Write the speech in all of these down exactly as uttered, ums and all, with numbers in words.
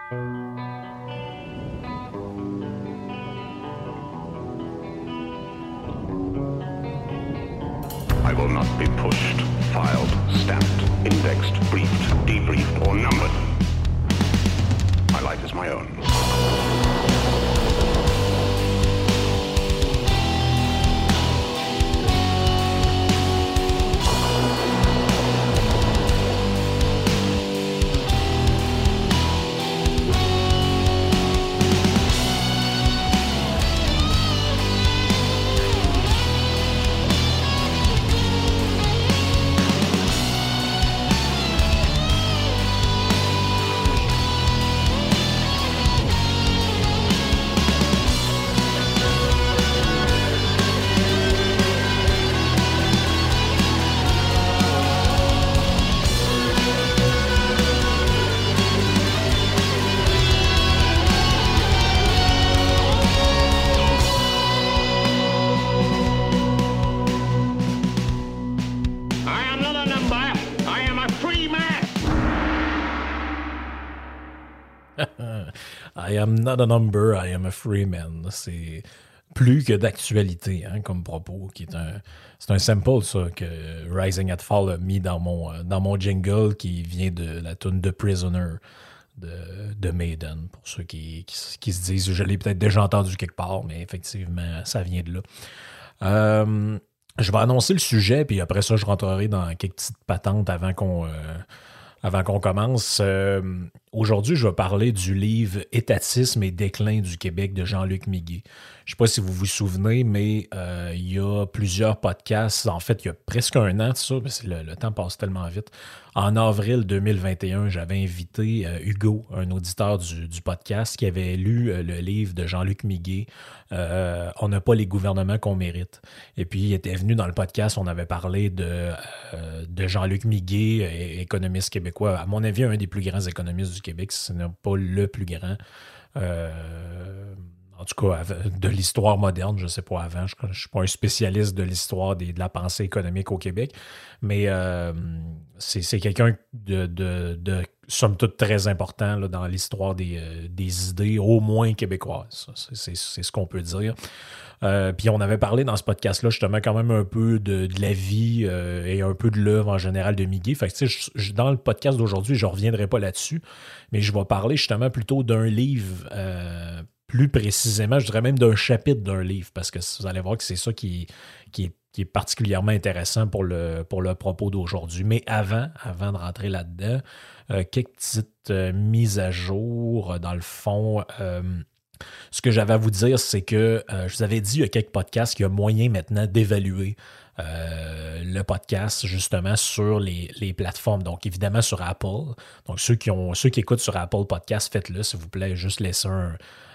I will not be pushed, filed, stamped, indexed, briefed, debriefed, or numbered. My life is my own. I am not a number, I am a free man. C'est plus que d'actualité, hein, comme propos, qui est un, c'est un sample, ça, que Rising at Fall a mis dans mon, dans mon jingle, qui vient de la tune The Prisoner de, de Maiden, pour ceux qui, qui, qui se disent, je l'ai peut-être déjà entendu quelque part, mais effectivement, ça vient de là. Euh, je vais annoncer le sujet, puis après ça, je rentrerai dans quelques petites patentes avant qu'on... Euh, Avant qu'on commence, euh, aujourd'hui, je vais parler du livre « Étatisme et déclin du Québec » de Jean-Luc Miguet. Je ne sais pas si vous vous souvenez, mais euh, il y a plusieurs podcasts. En fait, il y a presque un an de ça, parce que le, le temps passe tellement vite. En avril deux mille vingt et un, j'avais invité euh, Hugo, un auditeur du, du podcast, qui avait lu euh, le livre de Jean-Luc Miguet, euh, « On n'a pas les gouvernements qu'on mérite ». Et puis, il était venu dans le podcast, on avait parlé de, euh, de Jean-Luc Miguet, économiste québécois. À mon avis, un des plus grands économistes du Québec, si ce n'est pas le plus grand. Euh, en tout cas, de l'histoire moderne, je ne sais pas avant, je ne suis pas un spécialiste de l'histoire des, de la pensée économique au Québec, mais euh, c'est, c'est quelqu'un de, de, de somme toute très important là, dans l'histoire des, euh, des idées, au moins québécoises. C'est, c'est, c'est ce qu'on peut dire. Euh, puis on avait parlé dans ce podcast-là justement quand même un peu de, de la vie euh, et un peu de l'œuvre en général de Miguet. Fait que tu sais, je, je, dans le podcast d'aujourd'hui, je ne reviendrai pas là-dessus, mais je vais parler justement plutôt d'un livre, euh, plus précisément, je dirais même d'un chapitre d'un livre, parce que vous allez voir que c'est ça qui, qui, est, qui est particulièrement intéressant pour le, pour le propos d'aujourd'hui. Mais avant, avant de rentrer là-dedans, euh, quelques petites euh, mises à jour, dans le fond... Euh, Ce que j'avais à vous dire, c'est que euh, je vous avais dit il y a quelques podcasts qu'il y a moyen maintenant d'évaluer euh, le podcast justement sur les, les plateformes. Donc, évidemment, sur Apple. Donc, ceux qui ont ceux qui écoutent sur Apple Podcast, faites-le, s'il vous plaît. Juste laissez un,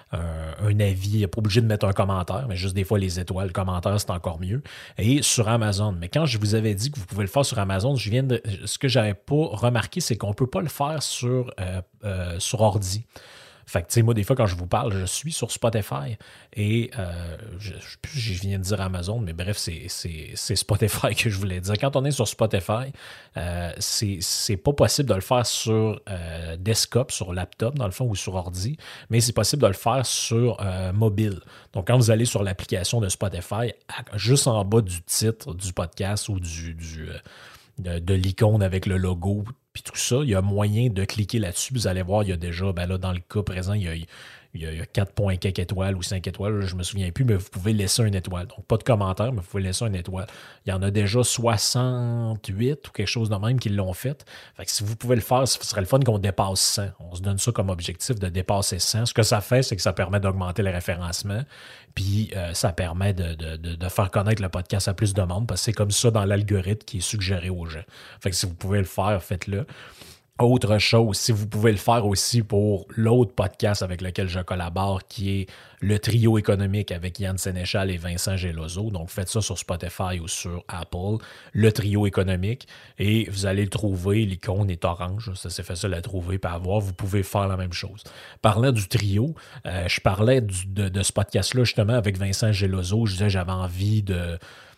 un, un avis. Il n'est pas obligé de mettre un commentaire, mais juste des fois, les étoiles, le commentaire, c'est encore mieux. Et sur Amazon. Mais quand je vous avais dit que vous pouvez le faire sur Amazon, je viens de, ce que je n'avais pas remarqué, c'est qu'on ne peut pas le faire sur, euh, euh, sur ordi. Fait que, tu sais, moi, des fois, quand je vous parle, je suis sur Spotify et euh, je, je viens de dire Amazon, mais bref, c'est, c'est, c'est Spotify que je voulais dire. Quand on est sur Spotify, euh, c'est, c'est pas possible de le faire sur euh, desktop, sur laptop, dans le fond, ou sur ordi, mais c'est possible de le faire sur euh, mobile. Donc, quand vous allez sur l'application de Spotify, juste en bas du titre du podcast ou du, du euh, de, de l'icône avec le logo, puis tout ça, il y a moyen de cliquer là-dessus. Vous allez voir, il y a déjà, ben là, dans le cas présent, il y a, il y a, il y a quatre points quelques étoiles ou cinq étoiles, là, je ne me souviens plus, mais vous pouvez laisser une étoile. Donc, pas de commentaire, mais vous pouvez laisser une étoile. Il y en a déjà soixante-huit ou quelque chose de même qui l'ont fait. Fait que si vous pouvez le faire, ce serait le fun qu'on dépasse cent. On se donne ça comme objectif de dépasser cent. Ce que ça fait, c'est que ça permet d'augmenter le référencement. Puis, euh, ça permet de, de, de, de faire connaître le podcast à plus de monde parce que c'est comme ça dans l'algorithme qui est suggéré aux gens. Fait que si vous pouvez le faire, faites-le. Autre chose, si vous pouvez le faire aussi pour l'autre podcast avec lequel je collabore, qui est le trio économique avec Yann Sénéchal et Vincent Geloso. Donc, faites ça sur Spotify ou sur Apple, le trio économique, et vous allez le trouver. L'icône est orange, ça c'est facile à trouver et à voir. Vous pouvez faire la même chose. Parlant du trio, euh, je parlais du, de, de ce podcast-là justement avec Vincent Geloso. Je disais j'avais envie de...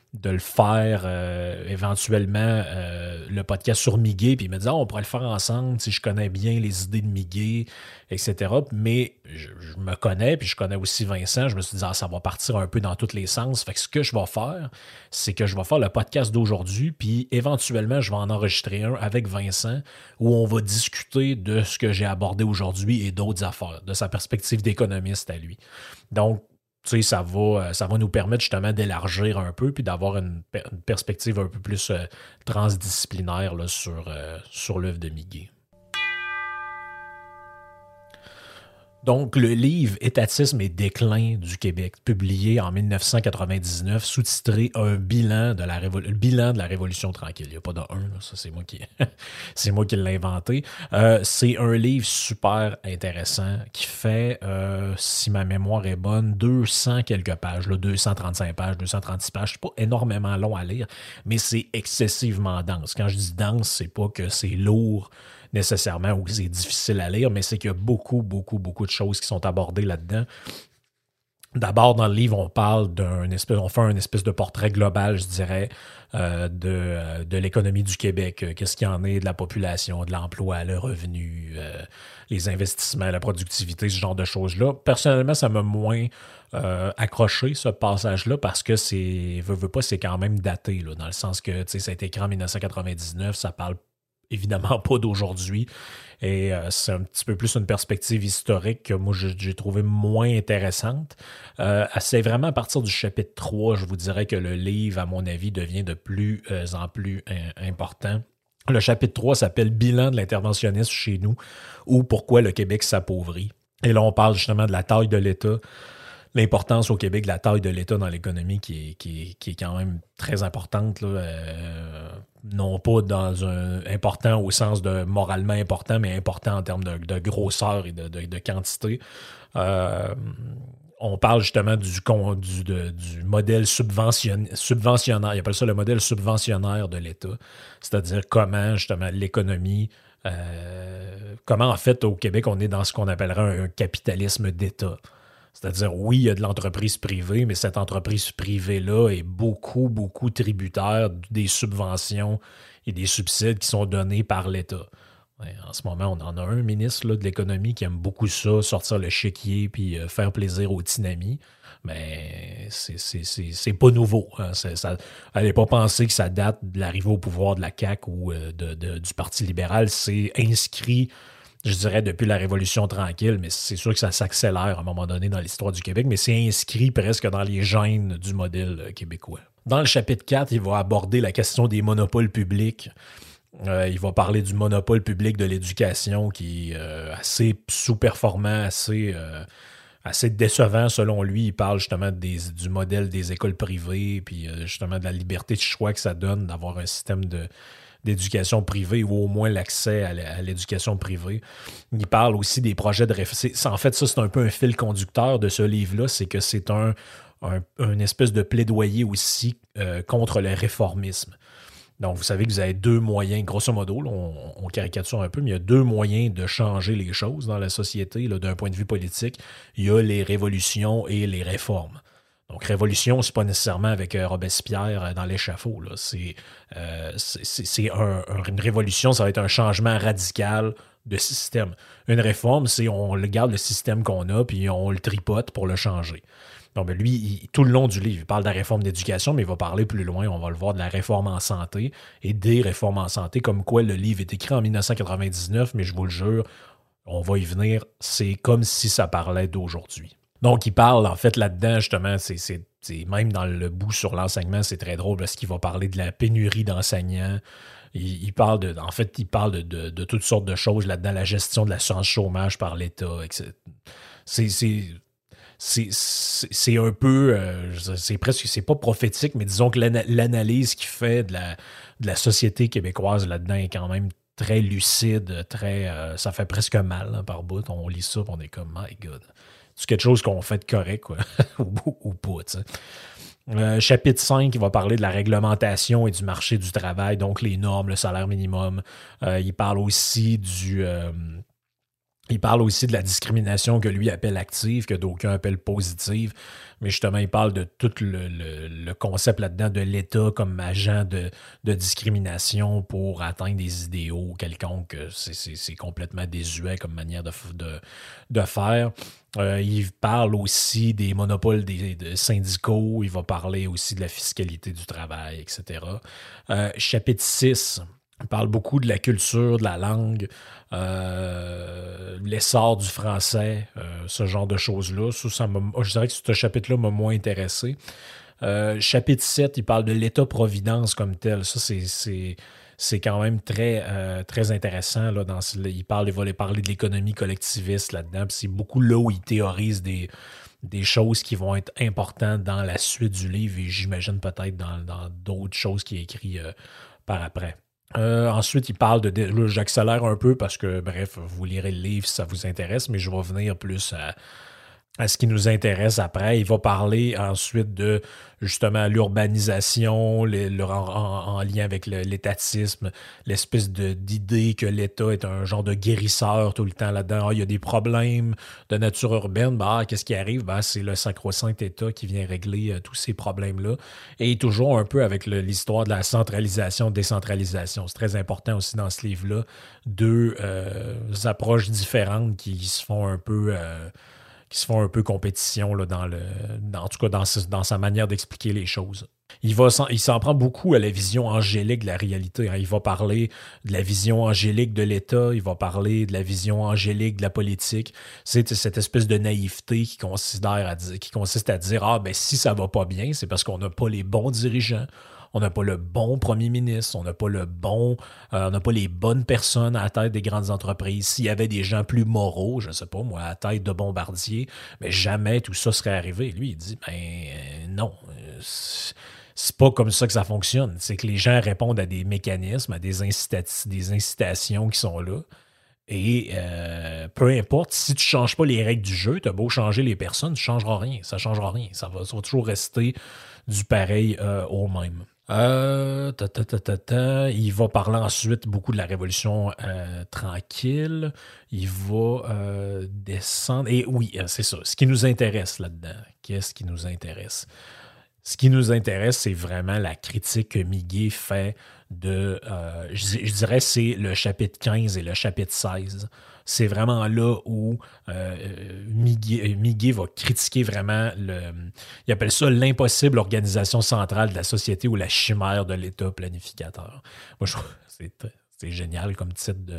de le faire euh, éventuellement euh, le podcast sur Miguel, puis il me dit ah, on pourrait le faire ensemble, si je connais bien les idées de Miguel, et cetera. Mais je, je me connais, puis je connais aussi Vincent, je me suis dit ah, ça va partir un peu dans tous les sens. Fait que ce que je vais faire, c'est que je vais faire le podcast d'aujourd'hui, puis éventuellement, je vais en enregistrer un avec Vincent où on va discuter de ce que j'ai abordé aujourd'hui et d'autres affaires, de sa perspective d'économiste à lui. Donc, tu sais, ça va, ça va nous permettre justement d'élargir un peu puis d'avoir une, une perspective un peu plus euh, transdisciplinaire là, sur, euh, sur l'œuvre de Miguel. Donc, le livre Étatisme et déclin du Québec, publié en dix-neuf cent quatre-vingt-dix-neuf, sous-titré Un bilan de la, révol- bilan de la Révolution tranquille. Il n'y a pas de un, là, ça c'est moi qui, c'est moi qui l'ai inventé. Euh, c'est un livre super intéressant qui fait, euh, si ma mémoire est bonne, deux cents quelques pages, là, deux cent trente-cinq pages, deux cent trente-six pages. C'est pas énormément long à lire, mais c'est excessivement dense. Quand je dis dense, c'est pas que c'est lourd nécessairement ou que c'est difficile à lire, mais c'est qu'il y a beaucoup, beaucoup, beaucoup de choses qui sont abordées là-dedans. D'abord, dans le livre, on parle d'un espèce, on fait un espèce de portrait global, je dirais, euh, de, de l'économie du Québec. Qu'est-ce qu'il y en est de la population, de l'emploi, le revenu, euh, les investissements, la productivité, ce genre de choses-là. Personnellement, ça m'a moins euh, accroché, ce passage-là, parce que c'est, veut, veut pas, c'est quand même daté, là, dans le sens que, tu sais, ça a été écrit en dix-neuf cent quatre-vingt-dix-neuf, ça parle évidemment pas d'aujourd'hui. Et euh, c'est un petit peu plus une perspective historique que moi, j'ai, j'ai trouvé moins intéressante. Euh, c'est vraiment à partir du chapitre trois, je vous dirais que le livre, à mon avis, devient de plus euh, en plus euh, important. Le chapitre trois s'appelle « Bilan de l'interventionnisme chez nous » ou « Pourquoi le Québec s'appauvrit ». Et là, on parle justement de la taille de l'État, l'importance au Québec de la taille de l'État dans l'économie qui est, qui est, qui est quand même très importante, là, euh, non pas dans un important au sens de moralement important, mais important en termes de, de grosseur et de, de, de quantité. Euh, on parle justement du, du, de, du modèle subvention, subventionnaire, il appelle ça le modèle subventionnaire de l'État, c'est-à-dire comment justement l'économie, euh, comment en fait au Québec on est dans ce qu'on appellerait un, un capitalisme d'État. C'est-à-dire, oui, il y a de l'entreprise privée, mais cette entreprise privée-là est beaucoup, beaucoup tributaire des subventions et des subsides qui sont donnés par l'État. Ouais, en ce moment, on en a un ministre là, de l'économie qui aime beaucoup ça, sortir le chéquier puis euh, faire plaisir aux tinamis. Mais c'est, c'est, c'est, c'est pas nouveau. Hein. C'est, ça, allez pas penser que ça date de l'arrivée au pouvoir de la C A Q ou euh, de, de, du Parti libéral. C'est inscrit, je dirais, depuis la Révolution tranquille, mais c'est sûr que ça s'accélère à un moment donné dans l'histoire du Québec, mais c'est inscrit presque dans les gènes du modèle québécois. Dans le chapitre quatre, il va aborder la question des monopoles publics. Euh, il va parler du monopole public de l'éducation qui est euh, assez sous-performant, assez, euh, assez décevant selon lui. Il parle justement des, du modèle des écoles privées, puis euh, justement de la liberté de choix que ça donne d'avoir un système de d'éducation privée ou au moins l'accès à l'éducation privée. Il parle aussi des projets de réforme. En fait, ça, c'est un peu un fil conducteur de ce livre-là, c'est que c'est un, un, un espèce de plaidoyer aussi euh, contre le réformisme. Donc, vous savez que vous avez deux moyens, grosso modo, là, on, on caricature un peu, mais il y a deux moyens de changer les choses dans la société, là, d'un point de vue politique. Il y a les révolutions et les réformes. Donc, révolution, c'est pas nécessairement avec euh, Robespierre dans l'échafaud. Là. C'est, euh, c'est, c'est un, un, une révolution, ça va être un changement radical de système. Une réforme, c'est on garde le système qu'on a, puis on le tripote pour le changer. Donc, ben lui, il, tout le long du livre, il parle de la réforme d'éducation, mais il va parler plus loin, on va le voir, de la réforme en santé et des réformes en santé, comme quoi le livre est écrit en dix-neuf cent quatre-vingt-dix-neuf, mais je vous le jure, on va y venir, c'est comme si ça parlait d'aujourd'hui. Donc, il parle, en fait, là-dedans, justement, c'est, c'est, c'est même dans le bout sur l'enseignement, c'est très drôle parce qu'il va parler de la pénurie d'enseignants. Il, il parle de, en fait, il parle de, de, de toutes sortes de choses là-dedans, la gestion de l'assurance chômage par l'État, et cetera. C'est, c'est, c'est, c'est, c'est un peu, euh, c'est presque, c'est pas prophétique, mais disons que l'ana- l'analyse qu'il fait de la, de la société québécoise là-dedans est quand même très lucide, très, euh, ça fait presque mal hein, par bout. On lit ça, on est comme, my God. C'est quelque chose qu'on fait de correct, quoi, ou, ou pas, tu sais. Euh, chapitre cinq, il va parler de la réglementation et du marché du travail, donc les normes, le salaire minimum. Euh, il parle aussi du, euh, Il parle aussi de la discrimination que lui appelle active, que d'aucuns appellent positive. Mais justement, il parle de tout le, le, le concept là-dedans de l'État comme agent de, de discrimination pour atteindre des idéaux quelconques. C'est, c'est, c'est complètement désuet comme manière de, de, de faire. Euh, il parle aussi des monopoles des, des syndicaux. Il va parler aussi de la fiscalité du travail, et cetera. Euh, chapitre six. Il parle beaucoup de la culture, de la langue, euh, l'essor du français, euh, ce genre de choses-là. Ça, ça m'a, je dirais que ce chapitre-là m'a moins intéressé. Euh, chapitre sept, il parle de l'État-providence comme tel. Ça, c'est, c'est, c'est quand même très, euh, très intéressant. Là, dans, il, parle, il va parler de l'économie collectiviste là-dedans. Puis c'est beaucoup là où il théorise des, des choses qui vont être importantes dans la suite du livre et j'imagine peut-être dans, dans d'autres choses qu'il a écrit euh, par après. Euh, ensuite, il parle de... Là, j'accélère un peu parce que, bref, vous lirez le livre si ça vous intéresse, mais je vais venir plus à, à ce qui nous intéresse après. Il va parler ensuite de, justement, l'urbanisation, le, le, en, en lien avec le, l'étatisme, l'espèce de, d'idée que l'État est un genre de guérisseur tout le temps là-dedans. Ah, il y a des problèmes de nature urbaine. Ben, ah, qu'est-ce qui arrive? Ben, c'est le sacro-saint État qui vient régler euh, tous ces problèmes-là. Et toujours un peu avec le, l'histoire de la centralisation, décentralisation. C'est très important aussi dans ce livre-là. Deux euh, approches différentes qui se font un peu... Euh, qui se font un peu compétition là, dans le, dans, en tout cas dans, dans sa manière d'expliquer les choses. Il, va il s'en prend beaucoup à la vision angélique de la réalité. Hein. Il va parler de la vision angélique de l'État, il va parler de la vision angélique de la politique. C'est cette espèce de naïveté qui, considère à, qui consiste à dire « Ah, ben si ça va pas bien, c'est parce qu'on n'a pas les bons dirigeants. » On n'a pas le bon premier ministre, on n'a pas le bon, euh, on n'a pas les bonnes personnes à la tête des grandes entreprises. S'il y avait des gens plus moraux, je ne sais pas, moi, à la tête de Bombardier, mais jamais tout ça serait arrivé. Lui, il dit, ben euh, non, euh, c'est pas comme ça que ça fonctionne. C'est que les gens répondent à des mécanismes, à des, incita- des incitations qui sont là. Et euh, peu importe, si tu ne changes pas les règles du jeu, tu as beau changer les personnes, tu ne changeras rien. Ça ne changera rien. Ça va, ça va toujours rester du pareil euh, au même. Euh, ta, ta, ta, ta, ta. Il va parler ensuite beaucoup de la révolution euh, tranquille. Il va euh, descendre. Et oui, c'est ça. Ce qui nous intéresse là-dedans. Qu'est-ce qui nous intéresse? Ce qui nous intéresse, c'est vraiment la critique que Miguet fait de, euh, je, je dirais, c'est le chapitre quinze et le chapitre seize. C'est vraiment là où euh, Miguet, Miguet va critiquer vraiment, le, il appelle ça l'impossible organisation centrale de la société ou la chimère de l'État planificateur. Moi, je trouve que c'est, c'est génial comme titre de...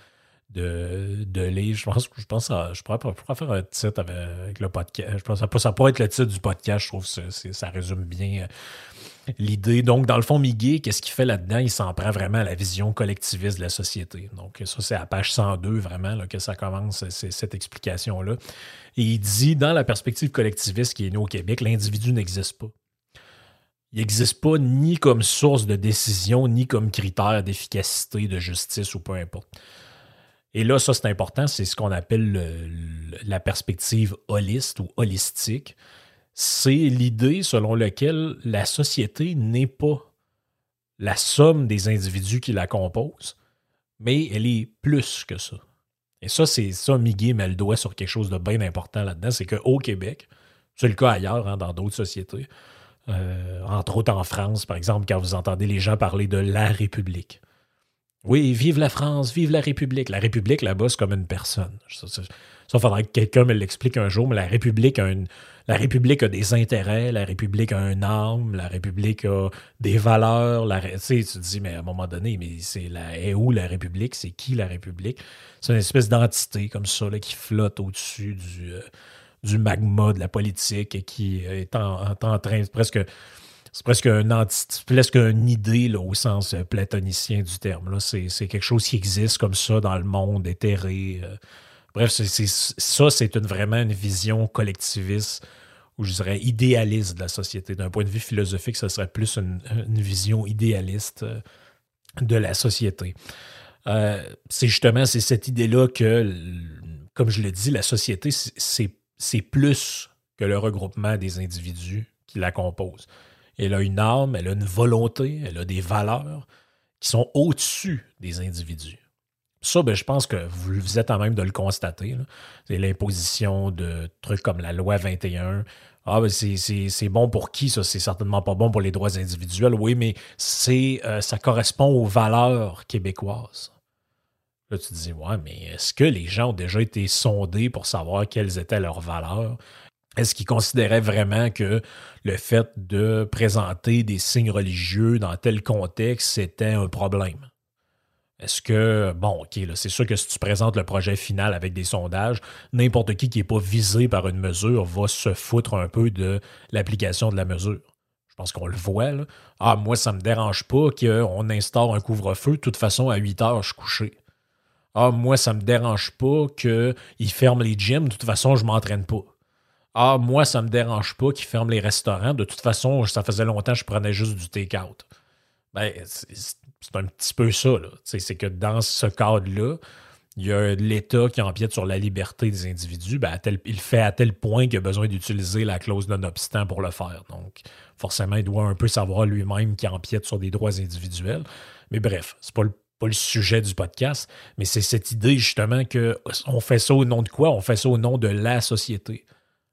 De, de livre. Je pense que je pense à, je pourrais, je pourrais faire un titre avec, avec le podcast. Je pense que ça pourrait être le titre du podcast. Je trouve que c'est, c'est, ça résume bien l'idée. Donc, dans le fond, Miguet, qu'est-ce qu'il fait là-dedans? Il s'en prend vraiment à la vision collectiviste de la société. Donc, ça, c'est à page cent deux, vraiment, là, que ça commence, c'est cette explication-là. Et il dit, dans la perspective collectiviste qui est née au Québec, l'individu n'existe pas. Il n'existe pas ni comme source de décision, ni comme critère d'efficacité, de justice ou peu importe. Et là, ça, c'est important, c'est ce qu'on appelle le, le, la perspective holiste ou holistique. C'est l'idée selon laquelle la société n'est pas la somme des individus qui la composent, mais elle est plus que ça. Et ça, c'est ça, Miguet met le doigt sur quelque chose de bien important là-dedans, c'est qu'au Québec, c'est le cas ailleurs, hein, dans d'autres sociétés, euh, entre autres en France, par exemple, quand vous entendez les gens parler de la République. Oui, vive la France, vive la République. La République, là-bas, c'est comme une personne. Ça, ça, ça faudrait que quelqu'un me l'explique un jour, mais la République a une, la République a des intérêts, la République a un âme, la République a des valeurs. La, tu sais, tu te dis, mais à un moment donné, mais c'est la, est où la République? C'est qui la République? C'est une espèce d'entité comme ça là, qui flotte au-dessus du, euh, du magma de la politique et qui est en, en, en train de presque... C'est presque un anti, presque une idée là, au sens platonicien du terme. Là. C'est, c'est quelque chose qui existe comme ça dans le monde, éthéré. Euh. Bref, c'est, c'est, ça, c'est une, vraiment une vision collectiviste ou je dirais idéaliste de la société. D'un point de vue philosophique, ça serait plus une, une vision idéaliste de la société. Euh, c'est justement c'est cette idée-là que, comme je l'ai dit, la société, c'est, c'est plus que le regroupement des individus qui la composent. Elle a une âme, elle a une volonté, elle a des valeurs qui sont au-dessus des individus. Ça, ben, je pense que vous, vous êtes en même de le constater. Là. C'est l'imposition de trucs comme la loi vingt et un. Ah, ben c'est, c'est, c'est bon pour qui, ça? C'est certainement pas bon pour les droits individuels. Oui, mais c'est, euh, ça correspond aux valeurs québécoises. Là, tu te dis, ouais, mais est-ce que les gens ont déjà été sondés pour savoir quelles étaient leurs valeurs? Est-ce qu'ils considéraient vraiment que le fait de présenter des signes religieux dans tel contexte, c'était un problème? Est-ce que, bon, OK, là, c'est sûr que si tu présentes le projet final avec des sondages, n'importe qui qui n'est pas visé par une mesure va se foutre un peu de l'application de la mesure. Je pense qu'on le voit, là. Ah, moi, ça ne me dérange pas qu'on instaure un couvre-feu. De toute façon, à huit heures, je suis couché. Ah, moi, ça ne me dérange pas qu'ils ferment les gyms. De toute façon, je ne m'entraîne pas. Ah, moi, ça ne me dérange pas qu'ils ferment les restaurants. De toute façon, ça faisait longtemps que je prenais juste du take-out. Ben, c'est, c'est un petit peu ça, là. C'est que dans ce cadre-là, il y a l'État qui empiète sur la liberté des individus. Ben, à tel, il fait à tel point qu'il a besoin d'utiliser la clause non-obstant pour le faire. Donc, forcément, il doit un peu savoir lui-même qu'il empiète sur des droits individuels. Mais bref, c'est pas le pas le sujet du podcast, mais c'est cette idée justement qu'on fait ça au nom de quoi? On fait ça au nom de la société.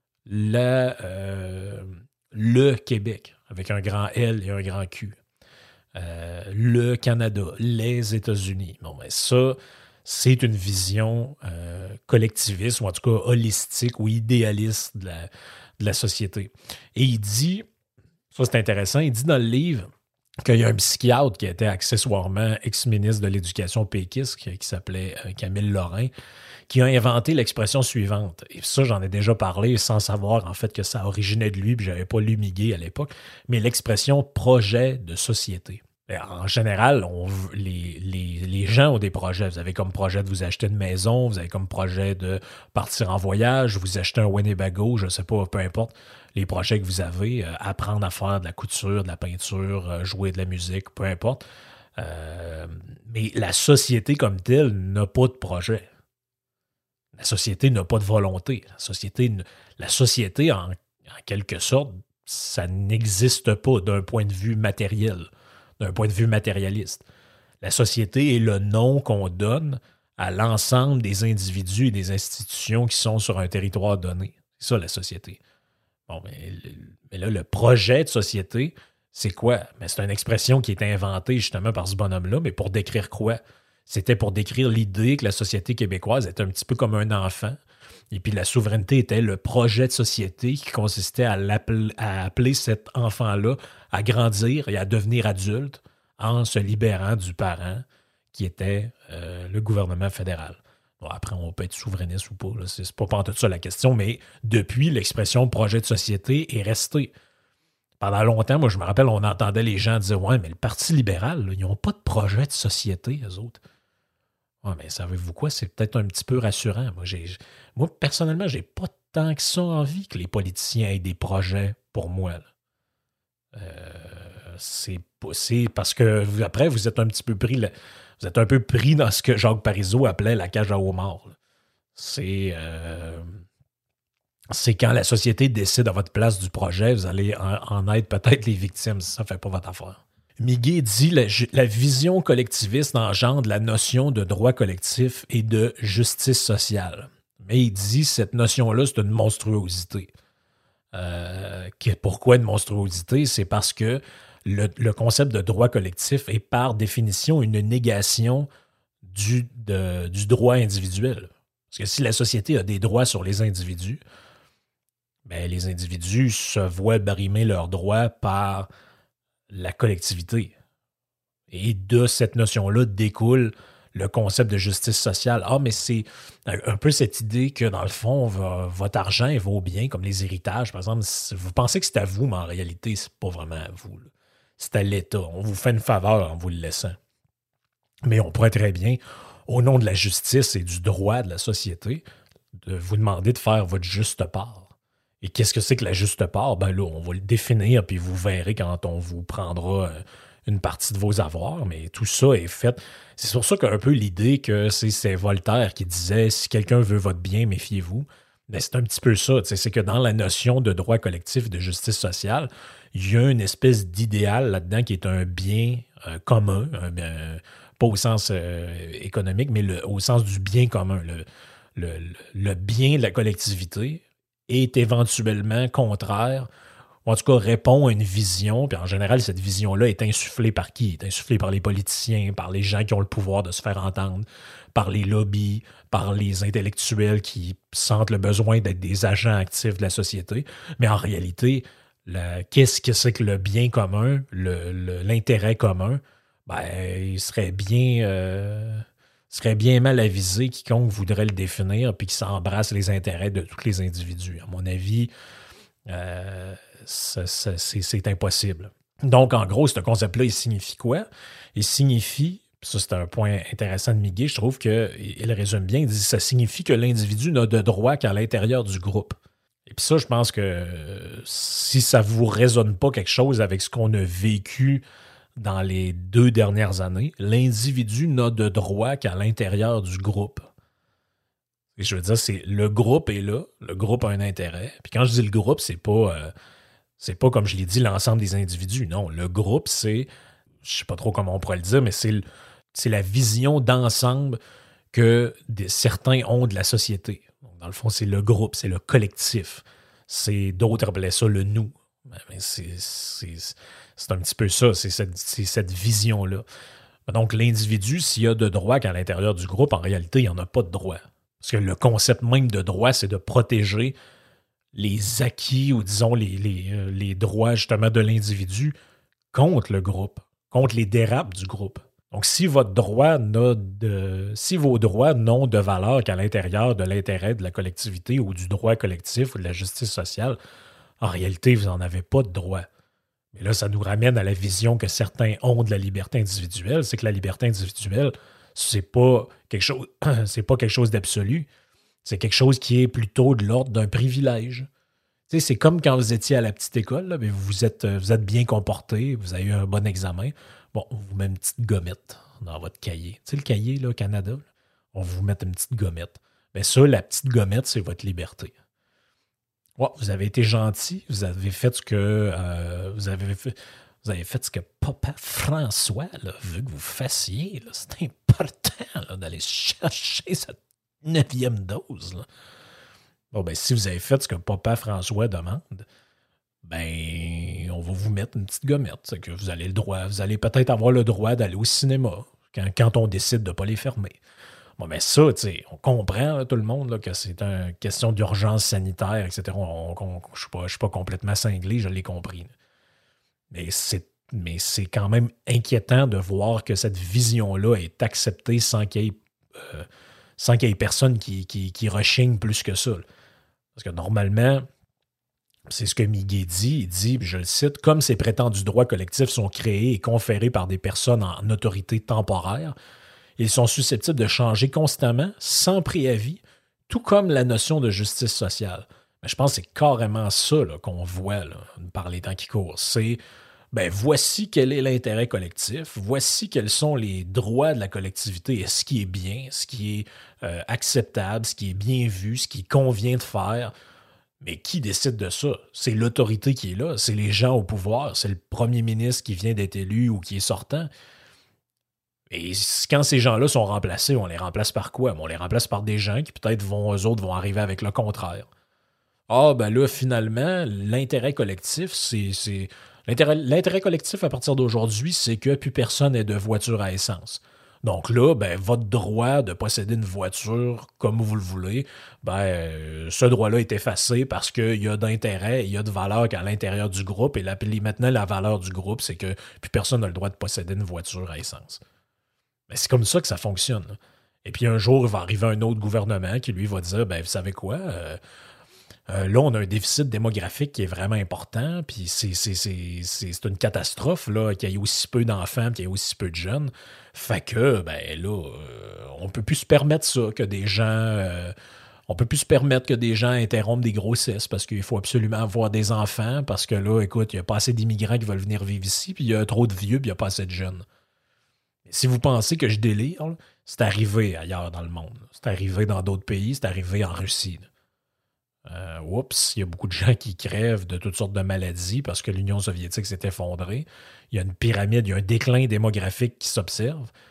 La, euh, le Québec, avec un grand L et un grand Q. Euh, le Canada, les États-Unis. Bon, ben ça, c'est une vision euh, collectiviste, ou en tout cas holistique ou idéaliste de la, de la société. Et il dit, ça c'est intéressant, il dit dans le livre qu'il y a un psychiatre qui était accessoirement ex-ministre de l'Éducation péquiste, qui, qui s'appelait euh, Camille Lorrain, qui a inventé l'expression suivante. Et ça, j'en ai déjà parlé sans savoir en fait que ça originait de lui, puis j'avais pas lu Miguet à l'époque, mais l'expression « projet de société ». En général, on, les, les, les gens ont des projets. Vous avez comme projet de vous acheter une maison, vous avez comme projet de partir en voyage, vous achetez un Winnebago, je ne sais pas, peu importe les projets que vous avez, euh, apprendre à faire de la couture, de la peinture, euh, jouer de la musique, peu importe. Euh, mais la société comme telle n'a pas de projet. La société n'a pas de volonté. La société, la société en, en quelque sorte, ça n'existe pas d'un point de vue matériel. D'un point de vue matérialiste. La société est le nom qu'on donne à l'ensemble des individus et des institutions qui sont sur un territoire donné. C'est ça, la société. Bon, mais, mais là, le projet de société, c'est quoi? Mais c'est une expression qui est inventée justement par ce bonhomme-là, mais pour décrire quoi? C'était pour décrire l'idée que la société québécoise était un petit peu comme un enfant. Et puis la souveraineté était le projet de société qui consistait à, à appeler cet enfant-là à grandir et à devenir adulte en se libérant du parent qui était euh, le gouvernement fédéral. Bon, après, on peut être souverainiste ou pas, là, c'est, c'est pas pas tout ça la question, mais depuis, l'expression projet de société est restée. Pendant longtemps, moi, je me rappelle, on entendait les gens dire « Ouais, mais le Parti libéral, là, ils n'ont pas de projet de société, eux autres. » Ouais, mais savez-vous quoi? C'est peut-être un petit peu rassurant. Moi, j'ai, moi personnellement, j'ai pas tant que ça envie que les politiciens aient des projets pour moi. Euh, c'est, c'est parce que vous, après, vous êtes un petit peu pris, là, vous êtes un peu pris dans ce que Jacques Parizeau appelait la cage à homards. Là. C'est, euh, c'est quand la société décide à votre place du projet, vous allez en, en être peut-être les victimes si ça ne fait pas votre affaire. Miguet dit la, la vision collectiviste engendre la notion de droit collectif et de justice sociale. Mais il dit cette notion-là, c'est une monstruosité. Euh, pourquoi une monstruosité? C'est parce que le, le concept de droit collectif est par définition une négation du, de, du droit individuel. Parce que si la société a des droits sur les individus, ben, les individus se voient brimer leurs droits par la collectivité. Et de cette notion-là découle le concept de justice sociale. Ah, mais c'est un peu cette idée que, dans le fond, votre argent il vaut bien, comme les héritages, par exemple. Vous pensez que c'est à vous, mais en réalité, c'est pas vraiment à vous. Là. C'est à l'État. On vous fait une faveur en vous le laissant. Mais on pourrait très bien, au nom de la justice et du droit de la société, de vous demander de faire votre juste part. Et qu'est-ce que c'est que la juste part? Ben là, on va le définir, puis vous verrez quand on vous prendra une partie de vos avoirs, mais tout ça est fait. C'est sur ça qu'un peu l'idée que c'est, c'est Voltaire qui disait « Si quelqu'un veut votre bien, méfiez-vous », ben c'est un petit peu ça. C'est que dans la notion de droit collectif et de justice sociale, il y a une espèce d'idéal là-dedans qui est un bien euh, commun, un bien, pas au sens euh, économique, mais le, au sens du bien commun. Le, le, le bien de la collectivité est éventuellement contraire, ou en tout cas répond à une vision, puis en général, cette vision-là est insufflée par qui? Est insufflée par les politiciens, par les gens qui ont le pouvoir de se faire entendre, par les lobbies, par les intellectuels qui sentent le besoin d'être des agents actifs de la société. Mais en réalité, la, qu'est-ce que c'est que le bien commun, le, le, l'intérêt commun? Ben, il serait bien, euh, serait bien mal avisé quiconque voudrait le définir puis qui s'embrasse les intérêts de tous les individus. À mon avis, euh, ça, ça, c'est, c'est impossible. Donc, en gros, ce concept-là, il signifie quoi? Il signifie, ça c'est un point intéressant de Miguel, je trouve qu'il résume bien, il dit ça signifie que l'individu n'a de droit qu'à l'intérieur du groupe. Et puis ça, je pense que si ça ne vous résonne pas quelque chose avec ce qu'on a vécu dans les deux dernières années, l'individu n'a de droit qu'à l'intérieur du groupe. Et je veux dire, c'est le groupe est là, le groupe a un intérêt. Puis quand je dis le groupe, c'est pas, euh, c'est pas comme je l'ai dit, l'ensemble des individus. Non, le groupe, c'est, je sais pas trop comment on pourrait le dire, mais c'est, le, c'est la vision d'ensemble que des, certains ont de la société. Donc, dans le fond, c'est le groupe, c'est le collectif. C'est, d'autres appelaient ça le nous. Mais c'est, c'est, c'est un petit peu ça, c'est cette, c'est cette vision-là. Donc, l'individu, s'il y a de droit qu'à l'intérieur du groupe, en réalité, il n'y en a pas de droit. Parce que le concept même de droit, c'est de protéger les acquis ou, disons, les, les, les droits, justement, de l'individu contre le groupe, contre les dérapes du groupe. Donc, si votre droit n'a de, si vos droits n'ont de valeur qu'à l'intérieur de l'intérêt de la collectivité ou du droit collectif ou de la justice sociale, en réalité, vous n'en avez pas de droit. Mais là, ça nous ramène à la vision que certains ont de la liberté individuelle. C'est que la liberté individuelle, c'est pas quelque chose, c'est pas quelque chose d'absolu. C'est quelque chose qui est plutôt de l'ordre d'un privilège. Tu sais, c'est comme quand vous étiez à la petite école, là, mais vous êtes, vous êtes bien comporté, vous avez eu un bon examen. Bon, on vous met une petite gommette dans votre cahier. Tu sais, le cahier, là, au Canada, là, on vous met une petite gommette. Bien ça, la petite gommette, c'est votre liberté. Ouais, vous avez été gentil, vous avez fait ce que euh, vous avez fait, vous avez fait ce que Papa François là, veut que vous fassiez. Là. C'est important là, d'aller chercher cette neuvième dose. Là. Bon, ben, si vous avez fait ce que Papa François demande, ben, on va vous mettre une petite gommette. C'est que vous allez le droit, vous allez peut-être avoir le droit d'aller au cinéma quand, quand on décide de ne pas les fermer. Bon, mais ça, tu sais, on comprend, là, tout le monde, là, que c'est une question d'urgence sanitaire, et cetera. On, on, je ne suis, suis pas complètement cinglé, je l'ai compris. Mais c'est, mais c'est quand même inquiétant de voir que cette vision-là est acceptée sans qu'il y ait, euh, sans qu'il y ait personne qui, qui, qui rechigne plus que ça. Parce que normalement, c'est ce que Miguel dit, il dit, je le cite, « Comme ces prétendus droits collectifs sont créés et conférés par des personnes en autorité temporaire, ils sont susceptibles de changer constamment, sans préavis, tout comme la notion de justice sociale. » Mais je pense que c'est carrément ça là, qu'on voit là, par les temps qui courent. C'est, ben voici quel est l'intérêt collectif, voici quels sont les droits de la collectivité et ce qui est bien, ce qui est euh, acceptable, ce qui est bien vu, ce qui convient de faire. Mais qui décide de ça? C'est l'autorité qui est là, c'est les gens au pouvoir, c'est le premier ministre qui vient d'être élu ou qui est sortant. Et quand ces gens-là sont remplacés, on les remplace par quoi? On les remplace par des gens qui peut-être vont, eux autres vont arriver avec le contraire. Ah, ben là, finalement, l'intérêt collectif, c'est... c'est l'intérêt, l'intérêt collectif à partir d'aujourd'hui, c'est que plus personne n'ait de voiture à essence. Donc là, ben, votre droit de posséder une voiture comme vous le voulez, ben, ce droit-là est effacé parce qu'il y a d'intérêt, il y a de valeur qu'à l'intérieur du groupe. Et là, maintenant, la valeur du groupe, c'est que plus personne n'a le droit de posséder une voiture à essence. Ben, c'est comme ça que ça fonctionne. Là. Et puis un jour, il va arriver un autre gouvernement qui, lui, va dire, ben, vous savez quoi, euh, euh, là, on a un déficit démographique qui est vraiment important, puis c'est, c'est, c'est, c'est, c'est une catastrophe là, qu'il y ait aussi peu d'enfants, qu'il y ait aussi peu de jeunes. Fait que, ben là, euh, on peut plus se permettre ça, que des gens... Euh, on peut plus se permettre que des gens interrompent des grossesses parce qu'il faut absolument avoir des enfants, parce que là, écoute, il n'y a pas assez d'immigrants qui veulent venir vivre ici, puis il y a trop de vieux, puis il n'y a pas assez de jeunes. Si vous pensez que je délire, là, c'est arrivé ailleurs dans le monde. Là. C'est arrivé dans d'autres pays, c'est arrivé en Russie. Euh, oups, il y a beaucoup de gens qui crèvent de toutes sortes de maladies parce que l'Union soviétique s'est effondrée. Il y a une pyramide, il y a un déclin démographique qui s'observe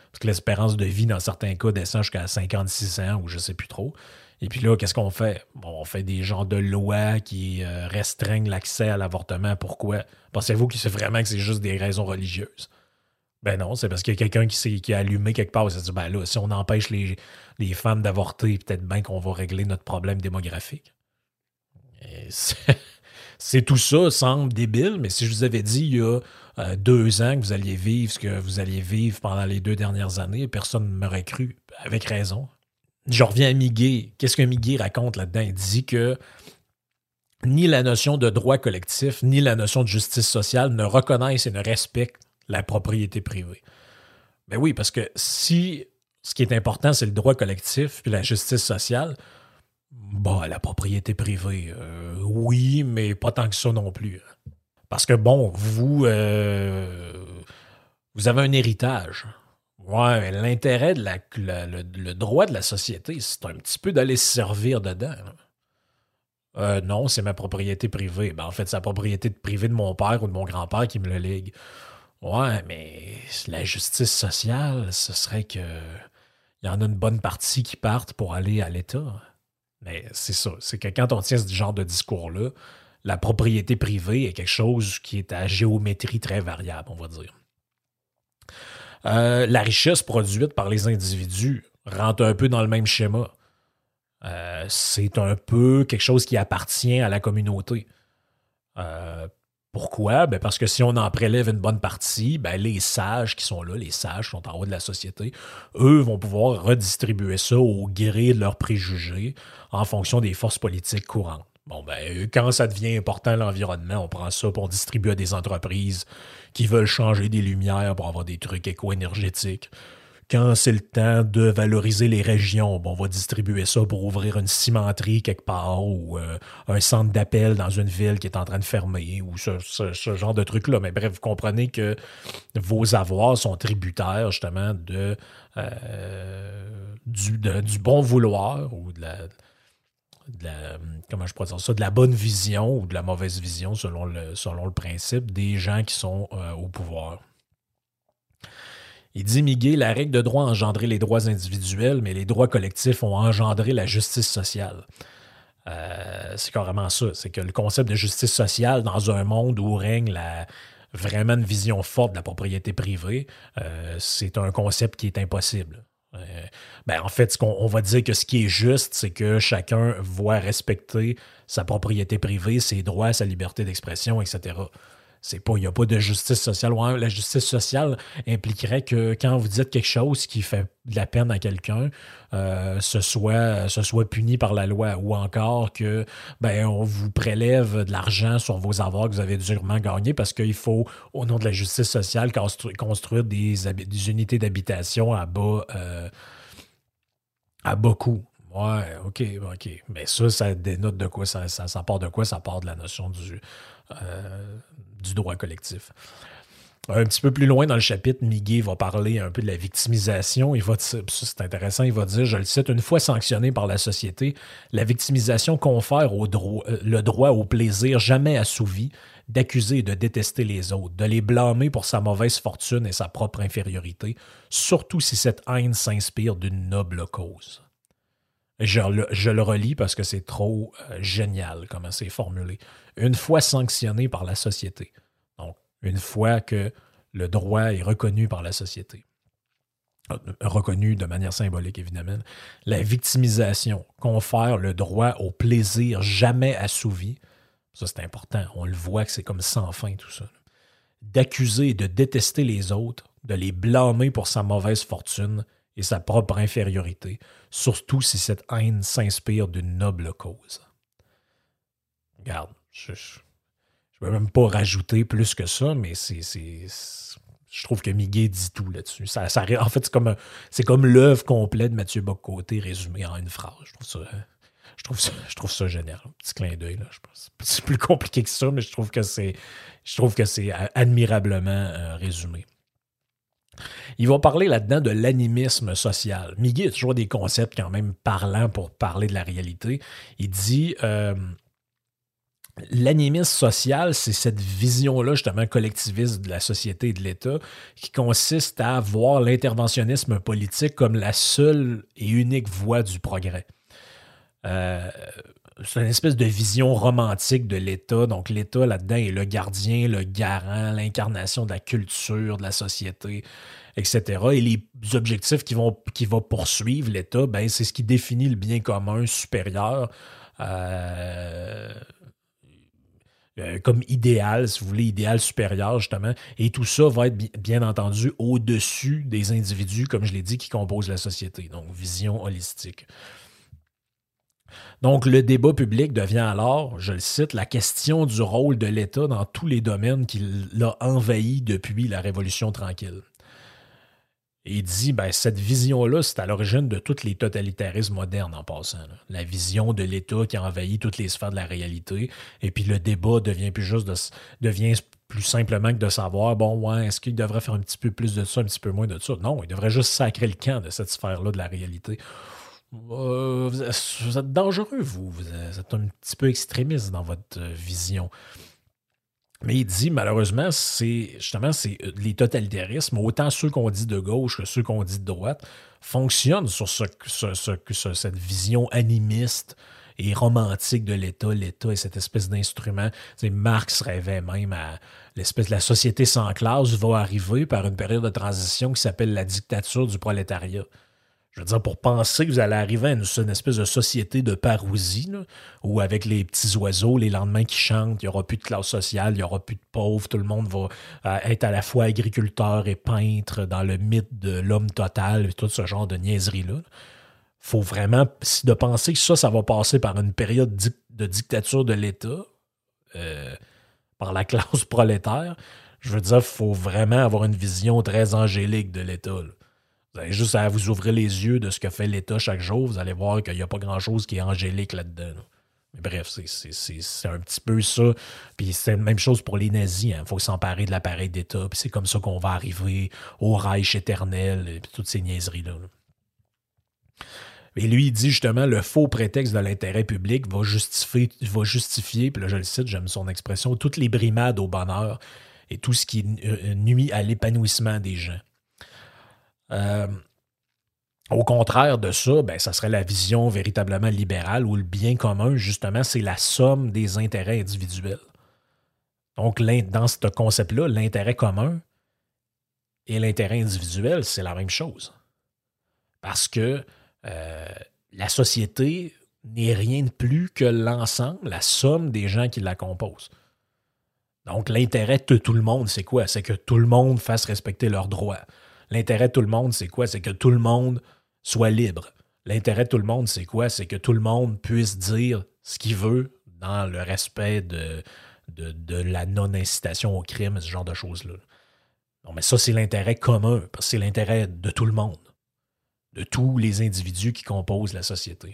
Parce que l'espérance de vie, dans certains cas, descend jusqu'à cinquante-six ans ou je ne sais plus trop. Et puis là, qu'est-ce qu'on fait? Bon, on fait des genres de lois qui euh, restreignent l'accès à l'avortement. Pourquoi? Pensez-vous que c'est vraiment que c'est juste des raisons religieuses? Ben non, c'est parce qu'il y a quelqu'un qui, s'est, qui a allumé quelque part et s'est dit, ben là, si on empêche les, les femmes d'avorter, peut-être bien qu'on va régler notre problème démographique. C'est, c'est tout ça, semble débile, mais si je vous avais dit il y a euh, deux ans que vous alliez vivre ce que vous alliez vivre pendant les deux dernières années, personne ne m'aurait cru, avec raison. Je reviens à Miguel. Qu'est-ce que Miguel raconte là-dedans? Il dit que ni la notion de droit collectif, ni la notion de justice sociale ne reconnaissent et ne respectent la propriété privée. Ben oui, parce que si ce qui est important, c'est le droit collectif puis la justice sociale, bon, la propriété privée, euh, oui, mais pas tant que ça non plus. Parce que bon, vous, euh, vous avez un héritage. Ouais, l'intérêt de la, la le, le droit de la société, c'est un petit peu d'aller se servir dedans. Euh, non, c'est ma propriété privée. Ben, en fait, c'est la propriété privée de mon père ou de mon grand-père qui me le ligue. Ouais, mais la justice sociale, ce serait que il y en a une bonne partie qui partent pour aller à l'État. Mais c'est ça, c'est que quand on tient ce genre de discours-là, la propriété privée est quelque chose qui est à géométrie très variable, on va dire. Euh, la richesse produite par les individus rentre un peu dans le même schéma. Euh, c'est un peu quelque chose qui appartient à la communauté. Euh, pourquoi? Ben parce que si on en prélève une bonne partie, ben les sages qui sont là, les sages qui sont en haut de la société, eux vont pouvoir redistribuer ça au gré de leurs préjugés en fonction des forces politiques courantes. Bon, ben, quand ça devient important l'environnement, on prend ça et on distribue à des entreprises qui veulent changer des lumières pour avoir des trucs éco-énergétiques. Quand c'est le temps de valoriser les régions, bon, on va distribuer ça pour ouvrir une cimenterie quelque part ou euh, un centre d'appel dans une ville qui est en train de fermer ou ce, ce, ce genre de trucs-là. Mais bref, vous comprenez que vos avoirs sont tributaires justement de, euh, du, de, du bon vouloir ou de la... De la, comment je pourrais dire ça, de la bonne vision ou de la mauvaise vision selon le, selon le principe des gens qui sont euh, au pouvoir. Il dit, Miguel, la règle de droit a engendré les droits individuels, mais les droits collectifs ont engendré la justice sociale. Euh, c'est carrément ça. C'est que le concept de justice sociale dans un monde où règne la, vraiment une vision forte de la propriété privée, euh, c'est un concept qui est impossible. Euh, ben en fait, ce qu'on, on va dire que ce qui est juste, c'est que chacun voit respecter sa propriété privée, ses droits, sa liberté d'expression, et cetera. C'est pas, il n'y a pas de justice sociale. Ouais, la justice sociale impliquerait que quand vous dites quelque chose qui fait de la peine à quelqu'un, euh, ce soit, ce soit puni par la loi, ou encore que ben on vous prélève de l'argent sur vos avoirs que vous avez durement gagnés parce qu'il faut, au nom de la justice sociale, constru- construire des, des unités d'habitation à bas, euh, à bas coût. Ouais, OK, OK. Mais ça, ça dénote de quoi? Ça, ça, ça part de quoi? Ça part de la notion du, euh, du droit collectif. Un petit peu plus loin dans le chapitre, Miguel va parler un peu de la victimisation. Il va, c'est intéressant, il va dire, je le cite, une fois sanctionnée par la société, la victimisation confère au droit, le droit au plaisir jamais assouvi d'accuser et de détester les autres, de les blâmer pour sa mauvaise fortune et sa propre infériorité, surtout si cette haine s'inspire d'une noble cause. Je le, je le relis parce que c'est trop euh, génial comment c'est formulé. Une fois sanctionné par la société. Donc, une fois que le droit est reconnu par la société. Reconnu de manière symbolique, évidemment. La victimisation confère le droit au plaisir jamais assouvi. Ça, c'est important. On le voit que c'est comme sans fin, tout ça. D'accuser et de détester les autres, de les blâmer pour sa mauvaise fortune et sa propre infériorité, surtout si cette haine s'inspire d'une noble cause. Regarde, je ne vais même pas rajouter plus que ça, mais c'est, c'est, c'est je trouve que Miguel dit tout là-dessus. Ça, ça, en fait, c'est comme, c'est comme l'œuvre complète de Mathieu Bock-Côté résumée en une phrase. Je trouve ça, je trouve ça, je trouve ça génial. Un petit clin d'œil, là, je pense. C'est plus compliqué que ça, mais je trouve que c'est, je trouve que c'est admirablement euh, résumé. Il va parler là-dedans de l'animisme social. Miguel a toujours des concepts quand même parlants pour parler de la réalité. Il dit, euh, L'animisme social, c'est cette vision-là, justement, collectiviste de la société et de l'État, qui consiste à voir l'interventionnisme politique comme la seule et unique voie du progrès. Euh, c'est une espèce de vision romantique de l'État. Donc, l'État, là-dedans, est le gardien, le garant, l'incarnation de la culture, de la société, et cetera. Et les objectifs qui vont, qui va poursuivre l'État, ben, c'est ce qui définit le bien commun supérieur euh, euh, comme idéal, si vous voulez, idéal supérieur, justement. Et tout ça va être, bi- bien entendu, au-dessus des individus, comme je l'ai dit, qui composent la société. Donc, vision holistique. Donc, le débat public devient alors, je le cite, la question du rôle de l'État dans tous les domaines qu'il a envahis depuis la Révolution tranquille. Et il dit, ben, cette vision-là, c'est à l'origine de tous les totalitarismes modernes en passant. Là. La vision de l'État qui a envahi toutes les sphères de la réalité. Et puis le débat devient plus juste de, devient plus simplement que de savoir, bon, ouais, est-ce qu'il devrait faire un petit peu plus de ça, un petit peu moins de ça? Non, il devrait juste sacrer le camp de cette sphère-là de la réalité. Euh, vous, êtes, vous êtes dangereux, vous. Vous êtes un petit peu extrémiste dans votre vision. Mais il dit, malheureusement, c'est justement c'est les totalitarismes, autant ceux qu'on dit de gauche que ceux qu'on dit de droite, fonctionnent sur ce, ce, ce, ce, cette vision animiste et romantique de l'État. L'État est cette espèce d'instrument. T'sais, Marx rêvait même à l'espèce de la société sans classe va arriver par une période de transition qui s'appelle la dictature du prolétariat. Je veux dire, pour penser que vous allez arriver à une, une espèce de société de parousie, là, où avec les petits oiseaux, les lendemains qui chantent, il n'y aura plus de classe sociale, il n'y aura plus de pauvres, tout le monde va euh, être à la fois agriculteur et peintre dans le mythe de l'homme total, et tout ce genre de niaiserie-là. Il faut vraiment, de penser que ça, ça va passer par une période di- de dictature de l'État, euh, par la classe prolétaire. Je veux dire, il faut vraiment avoir une vision très angélique de l'État, là. Vous avez juste à vous ouvrir les yeux de ce que fait l'État chaque jour. Vous allez voir qu'il n'y a pas grand-chose qui est angélique là-dedans. Là. Mais bref, c'est, c'est, c'est, c'est un petit peu ça. Puis c'est la même chose pour les nazis. Il hein. faut s'emparer de l'appareil d'État. Puis c'est comme ça qu'on va arriver au Reich éternel et puis toutes ces niaiseries-là. Là. Et lui, il dit justement le faux prétexte de l'intérêt public va justifier, va justifier, puis là je le cite, j'aime son expression, toutes les brimades au bonheur et tout ce qui nuit à l'épanouissement des gens. Euh, au contraire de ça, ben, ça serait la vision véritablement libérale où le bien commun, justement, c'est la somme des intérêts individuels. Donc, dans ce concept-là, l'intérêt commun et l'intérêt individuel, c'est la même chose. Parce que euh, la société n'est rien de plus que l'ensemble, la somme des gens qui la composent. Donc, l'intérêt de tout le monde, c'est quoi? C'est que tout le monde fasse respecter leurs droits. L'intérêt de tout le monde, c'est quoi? C'est que tout le monde soit libre. L'intérêt de tout le monde, c'est quoi? C'est que tout le monde puisse dire ce qu'il veut dans le respect de, de, de la non-incitation au crime, ce genre de choses-là. Non, mais ça, c'est l'intérêt commun, parce que c'est l'intérêt de tout le monde, de tous les individus qui composent la société.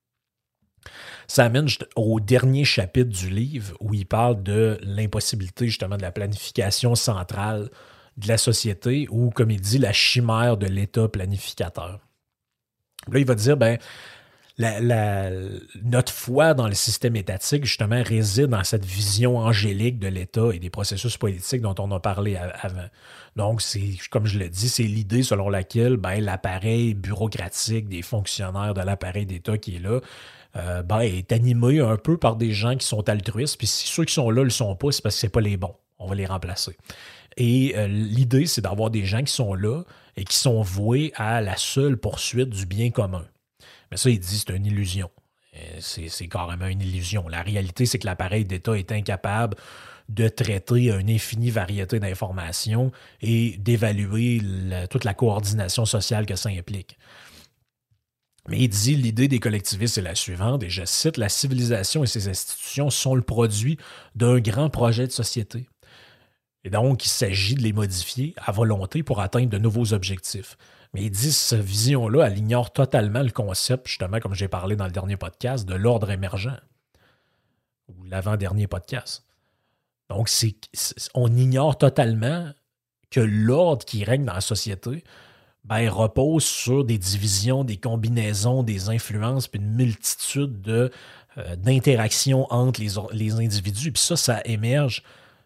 Ça amène au dernier chapitre du livre où il parle de l'impossibilité, justement, de la planification centrale de la société ou, comme il dit, la chimère de l'État planificateur. Là, il va dire, ben, la, la, notre foi dans le système étatique, justement, réside dans cette vision angélique de l'État et des processus politiques dont on a parlé avant. Donc, c'est, comme je l'ai dit, c'est l'idée selon laquelle ben, l'appareil bureaucratique des fonctionnaires de l'appareil d'État qui est là euh, ben, est animé un peu par des gens qui sont altruistes. Puis si ceux qui sont là ne le sont pas, c'est parce que ce n'est pas les bons. On va les remplacer. Et euh, l'idée, c'est d'avoir des gens qui sont là et qui sont voués à la seule poursuite du bien commun. Mais ça, il dit, c'est une illusion. C'est, c'est carrément une illusion. La réalité, c'est que l'appareil d'État est incapable de traiter une infinie variété d'informations et d'évaluer la, toute la coordination sociale que ça implique. Mais il dit, l'idée des collectivistes est la suivante, et je cite, « La civilisation et ses institutions sont le produit d'un grand projet de société. » Et donc, il s'agit de les modifier à volonté pour atteindre de nouveaux objectifs. Mais il dit, cette vision-là, elle ignore totalement le concept, justement, comme j'ai parlé dans le dernier podcast, de l'ordre émergent, ou l'avant-dernier podcast. Donc, c'est, c'est, on ignore totalement que l'ordre qui règne dans la société ben, repose sur des divisions, des combinaisons, des influences, puis une multitude de euh, d'interaction entre les, les individus. Puis ça, ça émerge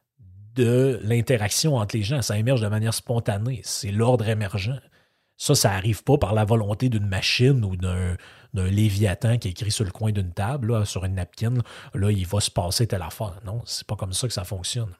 de l'interaction entre les gens. Ça émerge de manière spontanée. C'est l'ordre émergent. Ça, ça n'arrive pas par la volonté d'une machine ou d'un, d'un Léviathan qui est écrit sur le coin d'une table, là, sur une napkin. Là, là, il va se passer telle affaire. Non, c'est pas comme ça que ça fonctionne.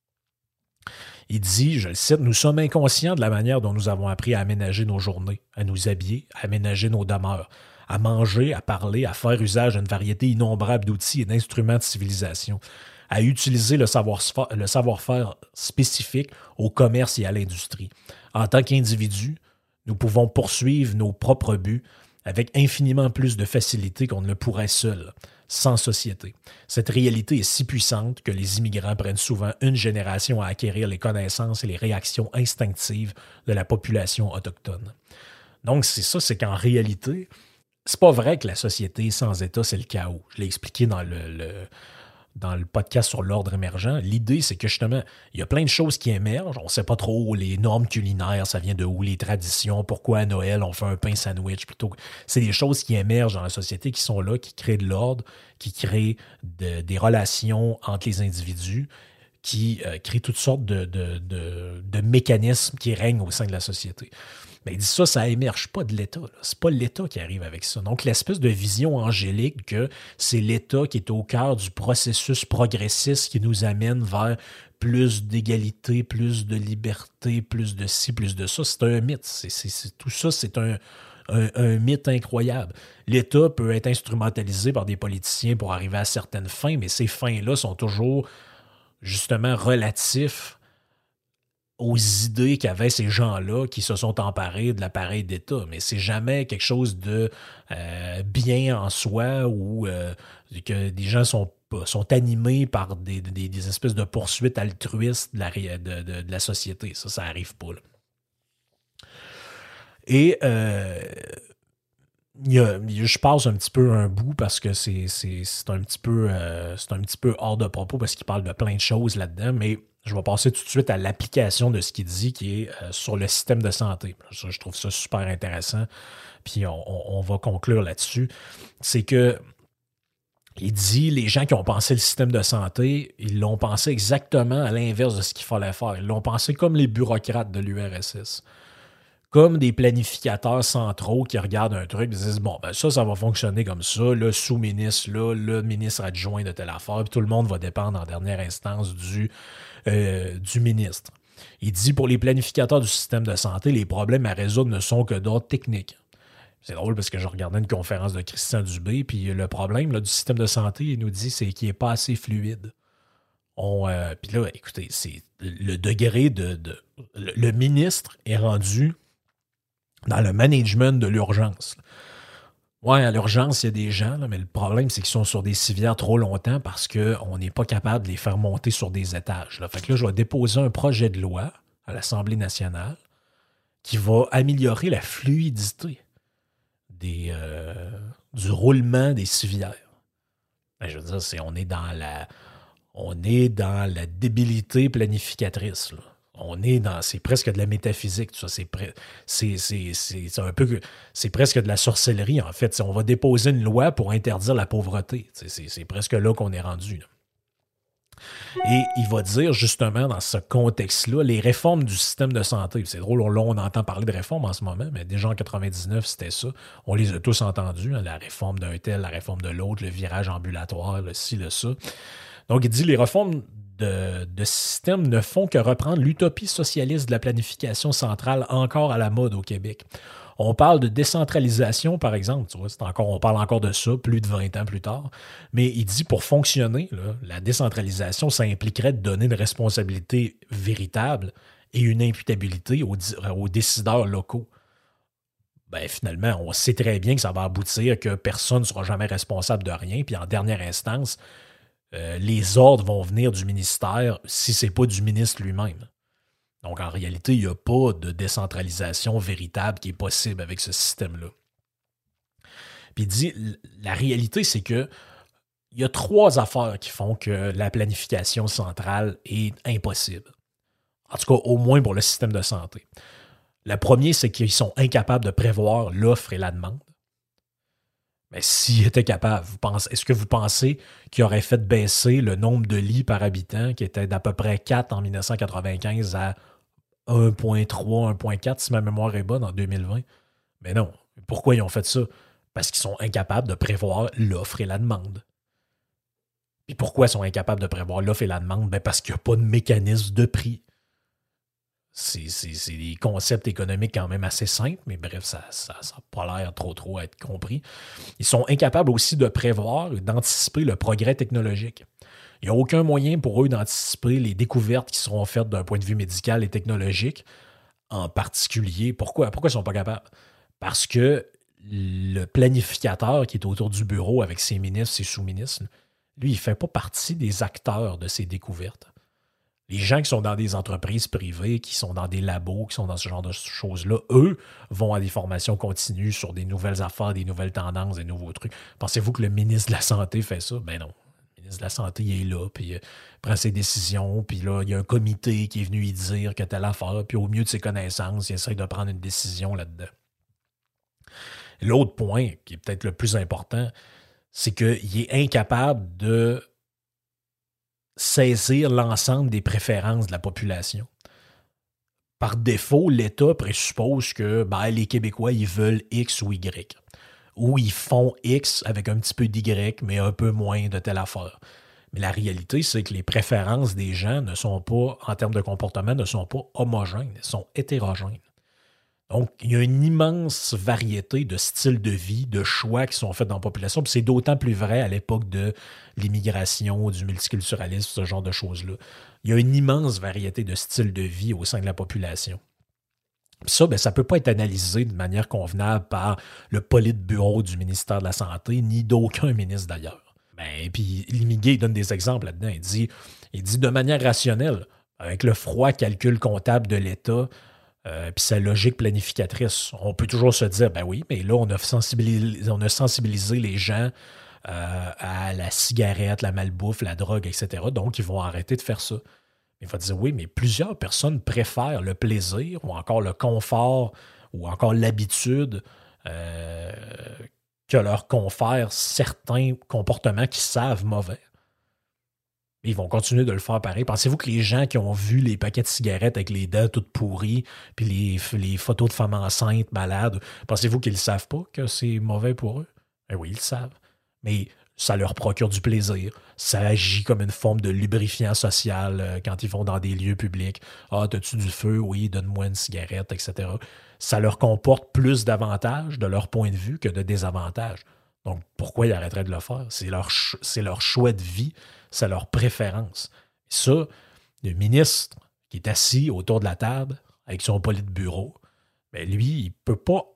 Il dit, je le cite, « Nous sommes inconscients de la manière dont nous avons appris à aménager nos journées, à nous habiller, à aménager nos demeures, à manger, à parler, à faire usage d'une variété innombrable d'outils et d'instruments de civilisation, à utiliser le savoir-faire, le savoir-faire spécifique au commerce et à l'industrie. En tant qu'individus, nous pouvons poursuivre nos propres buts avec infiniment plus de facilité qu'on ne le pourrait seul, sans société. Cette réalité est si puissante que les immigrants prennent souvent une génération à acquérir les connaissances et les réactions instinctives de la population autochtone. » Donc, c'est ça, c'est qu'en réalité, c'est pas vrai que la société sans État, c'est le chaos. Je l'ai expliqué dans le, le, dans le podcast sur l'ordre émergent. L'idée, c'est que justement, il y a plein de choses qui émergent. On ne sait pas trop les normes culinaires, ça vient de où, les traditions, pourquoi à Noël on fait un pain sandwich plutôt que... C'est des choses qui émergent dans la société, qui sont là, qui créent de l'ordre, qui créent de, des relations entre les individus, qui euh, créent toutes sortes de, de, de, de mécanismes qui règnent au sein de la société. Mais il dit ça, ça émerge pas de l'État. Là. C'est pas l'État qui arrive avec ça. Donc, l'espèce de vision angélique que c'est l'État qui est au cœur du processus progressiste qui nous amène vers plus d'égalité, plus de liberté, plus de ci, plus de ça, c'est un mythe. C'est, c'est, c'est, tout ça, c'est un, un, un mythe incroyable. L'État peut être instrumentalisé par des politiciens pour arriver à certaines fins, mais ces fins-là sont toujours justement relatifs aux idées qu'avaient ces gens-là qui se sont emparés de l'appareil d'État. Mais c'est jamais quelque chose de euh, bien en soi ou euh, que des gens sont, sont animés par des, des, des espèces de poursuites altruistes de la, de, de, de la société. Ça, ça n'arrive pas. Là. Et euh, y a, je passe un petit peu un bout parce que c'est, c'est, c'est, un petit peu, euh, c'est un petit peu hors de propos parce qu'il parle de plein de choses là-dedans, mais je vais passer tout de suite à l'application de ce qu'il dit qui est euh, sur le système de santé. Ça, je trouve ça super intéressant. Puis on, on, on va conclure là-dessus. C'est que il dit les gens qui ont pensé le système de santé, ils l'ont pensé exactement à l'inverse de ce qu'il fallait faire. Ils l'ont pensé comme les bureaucrates de l'U R S S. Comme des planificateurs centraux qui regardent un truc et disent « Bon, ben ça, ça va fonctionner comme ça. Le sous-ministre, là, le ministre adjoint de telle affaire, puis tout le monde va dépendre en dernière instance du, euh, du ministre. » Il dit « Pour les planificateurs du système de santé, les problèmes à résoudre ne sont que d'ordre technique. » C'est drôle parce que je regardais une conférence de Christian Dubé, puis le problème là, du système de santé, il nous dit, c'est qu'il n'est pas assez fluide. On, euh, puis là, écoutez, c'est le degré de, de... Le, le ministre est rendu dans le management de l'urgence. Oui, à l'urgence, il y a des gens, là, mais le problème, c'est qu'ils sont sur des civières trop longtemps parce qu'on n'est pas capable de les faire monter sur des étages. Là. Fait que là, je vais déposer un projet de loi à l'Assemblée nationale qui va améliorer la fluidité des, euh, du roulement des civières. Ben, je veux dire, c'est, on est dans la, on est dans la débilité planificatrice, là. On est dans, c'est presque de la métaphysique, tout ça. C'est, pre, c'est, c'est, c'est, c'est un peu, c'est presque de la sorcellerie, en fait. On va déposer une loi pour interdire la pauvreté. C'est, c'est, c'est presque là qu'on est rendu. Là. Et il va dire, justement, dans ce contexte-là, les réformes du système de santé. C'est drôle, là, on entend parler de réformes en ce moment, mais déjà en quatre-vingt-dix-neuf, c'était ça. On les a tous entendus, hein, la réforme d'un tel, la réforme de l'autre, le virage ambulatoire, le ci, le ça. Donc, il dit, les réformes de, de système ne font que reprendre l'utopie socialiste de la planification centrale encore à la mode au Québec. On parle de décentralisation, par exemple, tu vois, c'est encore, on parle encore de ça plus de vingt ans plus tard, mais il dit pour fonctionner, là, la décentralisation, ça impliquerait de donner une responsabilité véritable et une imputabilité aux, aux décideurs locaux. Ben, finalement, on sait très bien que ça va aboutir que personne ne sera jamais responsable de rien, puis en dernière instance, Euh, les ordres vont venir du ministère si ce n'est pas du ministre lui-même. Donc, en réalité, il n'y a pas de décentralisation véritable qui est possible avec ce système-là. Puis il dit, la réalité, c'est que il y a trois affaires qui font que la planification centrale est impossible. En tout cas, au moins pour le système de santé. Le premier, c'est qu'ils sont incapables de prévoir l'offre et la demande. Mais s'il était capable, vous pensez, est-ce que vous pensez qu'il aurait fait baisser le nombre de lits par habitant, qui était d'à peu près quatre en dix-neuf cent quatre-vingt-quinze à un virgule trois, un virgule quatre, si ma mémoire est bonne, en deux mille vingt? Mais non. Pourquoi ils ont fait ça? Parce qu'ils sont incapables de prévoir l'offre et la demande. Puis pourquoi ils sont incapables de prévoir l'offre et la demande? Ben parce qu'il n'y a pas de mécanisme de prix. C'est, c'est, c'est des concepts économiques quand même assez simples, mais bref, ça n'a ça, ça pas l'air trop trop à être compris. Ils sont incapables aussi de prévoir et d'anticiper le progrès technologique. Il n'y a aucun moyen pour eux d'anticiper les découvertes qui seront faites d'un point de vue médical et technologique, en particulier. Pourquoi? Pourquoi ils ne sont pas capables? Parce que le planificateur qui est autour du bureau avec ses ministres, ses sous-ministres, lui, il ne fait pas partie des acteurs de ces découvertes. Les gens qui sont dans des entreprises privées, qui sont dans des labos, qui sont dans ce genre de choses-là, eux vont à des formations continues sur des nouvelles affaires, des nouvelles tendances, des nouveaux trucs. Pensez-vous que le ministre de la Santé fait ça? Ben non. Le ministre de la Santé, il est là, puis il prend ses décisions, puis là, il y a un comité qui est venu lui dire que telle affaire, puis au mieux de ses connaissances, il essaie de prendre une décision là-dedans. L'autre point, qui est peut-être le plus important, c'est qu'il est incapable de saisir l'ensemble des préférences de la population. Par défaut, l'État présuppose que ben, les Québécois, ils veulent X ou Y. Ou ils font X avec un petit peu d'Y, mais un peu moins de telle affaire. Mais la réalité, c'est que les préférences des gens ne sont pas, en termes de comportement, ne sont pas homogènes, elles sont hétérogènes. Donc, il y a une immense variété de styles de vie, de choix qui sont faits dans la population. Puis c'est d'autant plus vrai à l'époque de l'immigration, du multiculturalisme, ce genre de choses-là. Il y a une immense variété de styles de vie au sein de la population. Puis ça, ben, ça ne peut pas être analysé de manière convenable par le politburo du ministère de la Santé, ni d'aucun ministre d'ailleurs. Ben, puis Limigué donne des exemples là-dedans. Il dit, il dit de manière rationnelle, avec le froid calcul comptable de l'État, Euh, puis sa logique planificatrice. On peut toujours se dire, ben oui, mais là, on a sensibilisé, on a sensibilisé les gens euh, à la cigarette, la malbouffe, la drogue, et cetera. Donc, ils vont arrêter de faire ça. Il va dire, oui, mais plusieurs personnes préfèrent le plaisir ou encore le confort ou encore l'habitude euh, que leur confèrent certains comportements qu'ils savent mauvais. Ils vont continuer de le faire pareil. Pensez-vous que les gens qui ont vu les paquets de cigarettes avec les dents toutes pourries, puis les, les photos de femmes enceintes, malades, pensez-vous qu'ils ne savent pas que c'est mauvais pour eux? Ben oui, ils le savent. Mais ça leur procure du plaisir. Ça agit comme une forme de lubrifiant social euh, quand ils vont dans des lieux publics. Ah, t'as-tu du feu? Oui, donne-moi une cigarette, et cetera. Ça leur comporte plus d'avantages de leur point de vue que de désavantages. Donc, pourquoi ils arrêteraient de le faire? C'est leur, ch- c'est leur choix de vie, c'est leur préférence. Et ça, le ministre qui est assis autour de la table avec son politburo, ben lui, il peut pas,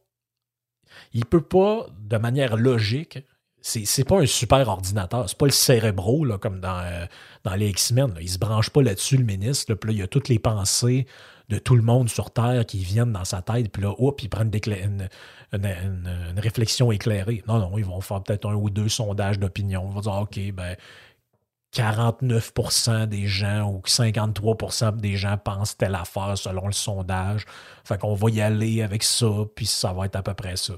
il peut pas, de manière logique, c'est, c'est pas un super ordinateur, c'est pas le cérébro là, comme dans, euh, dans les X-Men. Là. Il se branche pas là-dessus, le ministre. Là, puis là, il y a toutes les pensées de tout le monde sur Terre qui viennent dans sa tête, puis là, hop, ils prennent une, une, une, une réflexion éclairée. Non, non, ils vont faire peut-être un ou deux sondages d'opinion. Ils vont dire, OK, ben, quarante-neuf pour cent des gens ou cinquante-trois pour cent des gens pensent telle affaire selon le sondage. Fait qu'on va y aller avec ça, puis ça va être à peu près ça.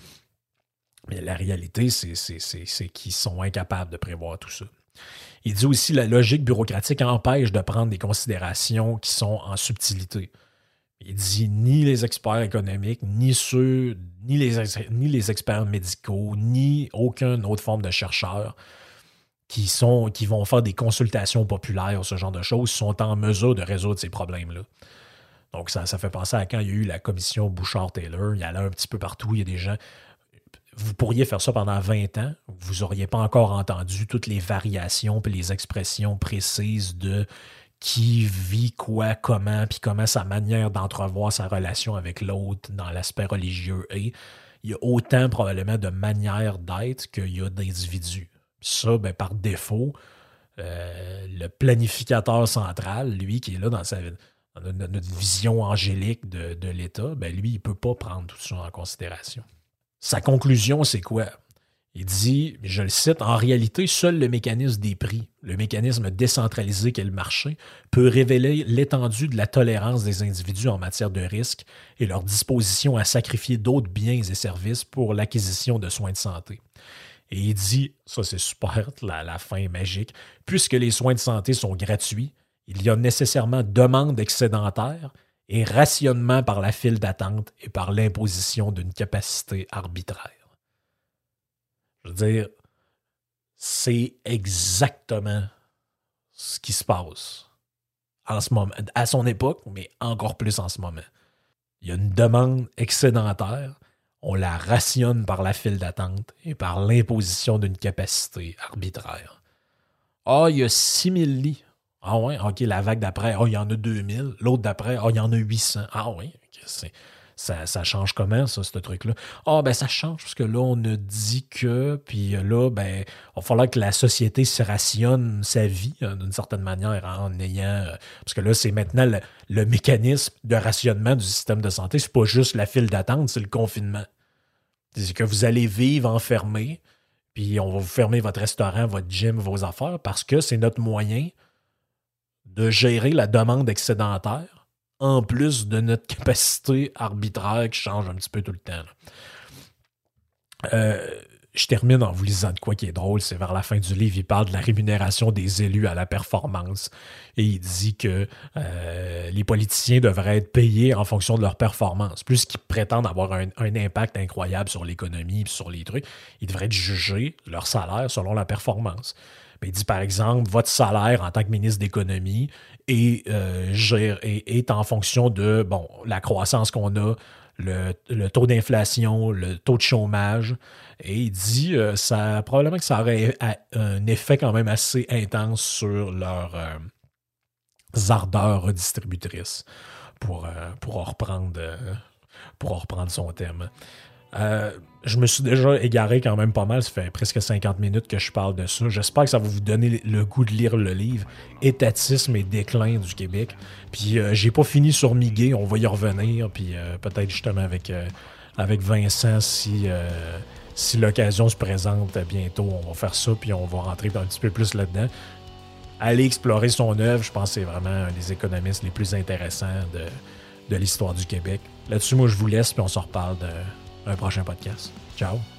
Mais la réalité, c'est, c'est, c'est, c'est qu'ils sont incapables de prévoir tout ça. Il dit aussi que la logique bureaucratique empêche de prendre des considérations qui sont en subtilité. Il dit ni les experts économiques, ni ceux, ni les, ni les experts médicaux, ni aucune autre forme de chercheurs qui, sont, qui vont faire des consultations populaires, ce genre de choses, sont en mesure de résoudre ces problèmes-là. Donc, ça, ça fait penser à quand il y a eu la commission Bouchard-Taylor. Il y allait un petit peu partout, il y a des gens... Vous pourriez faire ça pendant vingt ans. Vous n'auriez pas encore entendu toutes les variations et les expressions précises de qui vit quoi, comment, puis comment sa manière d'entrevoir sa relation avec l'autre dans l'aspect religieux est. Il y a autant probablement de manières d'être qu'il y a d'individus. Ça, ben, par défaut, euh, le planificateur central, lui qui est là dans, sa, dans notre vision angélique de, de l'État, ben, lui, il ne peut pas prendre tout ça en considération. Sa conclusion, c'est quoi? Il dit, je le cite, « En réalité, seul le mécanisme des prix, le mécanisme décentralisé qu'est le marché, peut révéler l'étendue de la tolérance des individus en matière de risque et leur disposition à sacrifier d'autres biens et services pour l'acquisition de soins de santé. » Et il dit, ça c'est super, la, la fin est magique, « Puisque les soins de santé sont gratuits, il y a nécessairement demande excédentaire et rationnement par la file d'attente et par l'imposition d'une capacité arbitraire. » Je veux dire, c'est exactement ce qui se passe en ce moment, à son époque, mais encore plus en ce moment. Il y a une demande excédentaire, on la rationne par la file d'attente et par l'imposition d'une capacité arbitraire. Ah, oh, il y a six mille lits. Ah ouais, OK, la vague d'après, ah, oh, il y en a deux mille. L'autre d'après, ah, oh, il y en a huit cents. Ah oui, OK, c'est... Ça, ça change comment, ça, ce truc-là? Ah, ben ça change, parce que là, on a dit que, puis là, ben, il va falloir que la société se rationne sa vie, hein, d'une certaine manière, en ayant... Parce que là, c'est maintenant le, le mécanisme de rationnement du système de santé. C'est pas juste la file d'attente, c'est le confinement. C'est que vous allez vivre enfermé, puis on va vous fermer votre restaurant, votre gym, vos affaires, parce que c'est notre moyen de gérer la demande excédentaire, en plus de notre capacité arbitraire qui change un petit peu tout le temps. Euh, je termine en vous lisant de quoi qui est drôle. C'est vers la fin du livre, il parle de la rémunération des élus à la performance. Et il dit que euh, les politiciens devraient être payés en fonction de leur performance. Plus qu'ils prétendent avoir un, un impact incroyable sur l'économie et sur les trucs, ils devraient être jugés, leur salaire, selon la performance. Mais il dit, par exemple, votre salaire en tant que ministre d'économie est, euh, gère, est, est en fonction de bon, la croissance qu'on a, le, le taux d'inflation, le taux de chômage. Et il dit, euh, ça, probablement que ça aurait un effet quand même assez intense sur leurs euh, ardeurs redistributrices, pour, euh, pour, en reprendre, euh, pour en reprendre son thème. Euh, je me suis déjà égaré quand même pas mal. Ça fait presque cinquante minutes que je parle de ça. J'espère que ça va vous donner le goût de lire le livre « Étatisme et déclin du Québec ». Puis euh, j'ai pas fini sur Miguet, on va y revenir. Puis euh, peut-être justement avec, euh, avec Vincent, si, euh, si l'occasion se présente bientôt, on va faire ça. Puis on va rentrer un petit peu plus là-dedans. Aller explorer son œuvre, je pense que c'est vraiment un des économistes les plus intéressants de, de l'histoire du Québec. Là-dessus, moi, je vous laisse, puis on se reparle de... un prochain podcast. Ciao!